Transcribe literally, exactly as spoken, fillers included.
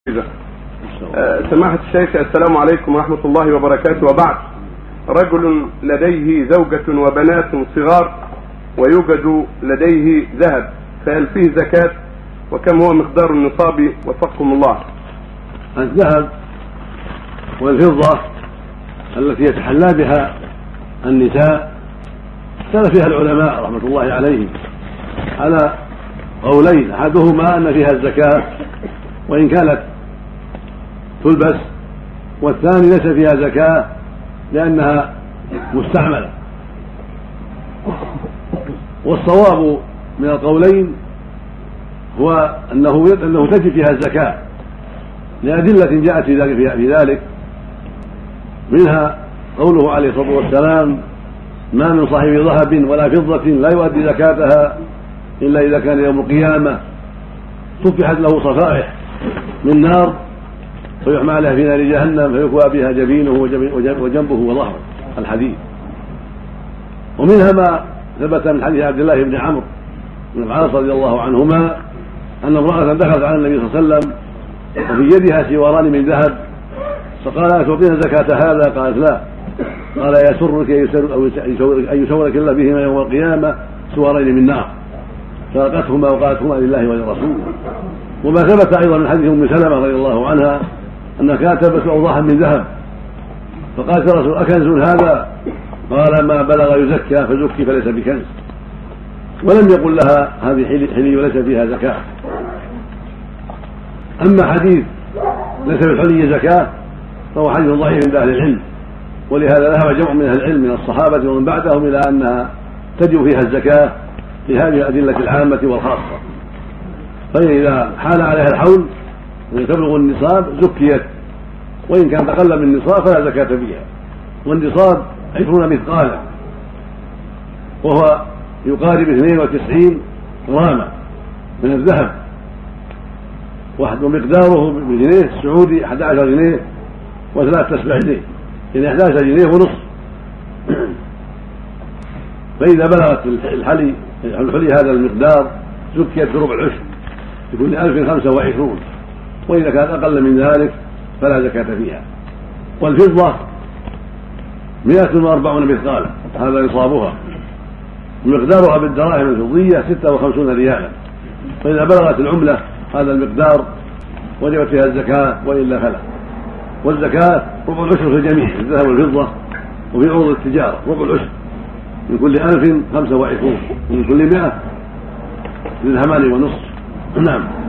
سماحة الشيخ، السلام عليكم ورحمة الله وبركاته. وبعد، رجل لديه زوجة وبنات صغار ويوجد لديه ذهب، فهل فيه زكاة؟ وكم هو مقدار النصاب وفقكم الله؟ الذهب والفضة التي يتحلى بها النساء اختلف فيها العلماء رحمة الله عليهم على قولين، احدهما ان فيها الزكاة وان كانت تلبس، والثاني ليس فيها زكاة لأنها مستعملة. والصواب من القولين هو أنه أنه تجب فيها الزكاة لأدلة جاءت في ذلك في ذلك منها قوله عليه الصلاة والسلام: ما من صاحب ذهب ولا فضة لا يؤدي زكاتها إلا إذا كان يوم القيامة صفحت له صفائح من نار فيحمى عليها في نار جهنم فيكوى بها جبينه وجنبه وظهره. الحديث. ومنها ما ثبت من حديث عبد الله بن عمرو بن العاص رضي الله عنهما أن امرأة دخلت على النبي صلى الله عليه وسلم وفي يدها سواران من ذهب، فقال: تعطينا زكاة هذا؟ قالت: لا. قال: يسرك أن يسورك الله بهما يوم القيامة سوارين من نار، فألقتهما وقالتهما لله ولرسوله. وما ثبت أيضا من حديث أم سلمة رضي الله عنها أنها كانت تلبس أوضاحا من ذهب، فقالت: الرسول: أكنز هذا؟ قال: ما بلغ يزكى فزكي فليس بكنز. ولم يقل لها هذه حلي وليس فيها زكاة. أما حديث ليس في الحلي زكاة فهو حديث ضعيف عند أهل العلم، ولهذا ذهب جمع من أهل العلم من الصحابة ومن بعدهم إلى أنها تجب فيها الزكاة في هذه الأدلة العامة والخاصة. فإذا حال عليها الحول وتبلغ النصاب زكيت، وإن كان أقل من النصاب فلا زكاة فيها. والنصاب عشرون مثقالا، وهو يقارب اثنين وتسعين غراما من الذهب، ومقداره بجنيه السعودي أحد عشر جنيه وثلاث تسبع جنيه، يعني أحد عشر جنيه ونصف. فإذا بلغت الحلي الحلي هذا المقدار زكيت بربع العشر لكل ألف خمسة وعشرون، وإذا كانت أقل من ذلك فلا زكاة فيها. والفضة مئة وأربعون مثقالا، هذا نصابها، مقدارها بالدراهم الفضية ستة وخمسون ريالا، فإذا بلغت العملة هذا المقدار وجبت فيها الزكاة، وإلا فلا. والزكاة ربع العشر في الجميع، الذهب والفضة وفي عروض التجارة ربع العشر، من كل ألف خمسة وعشرون، ومن كل مئة درهمان ونصف. نعم.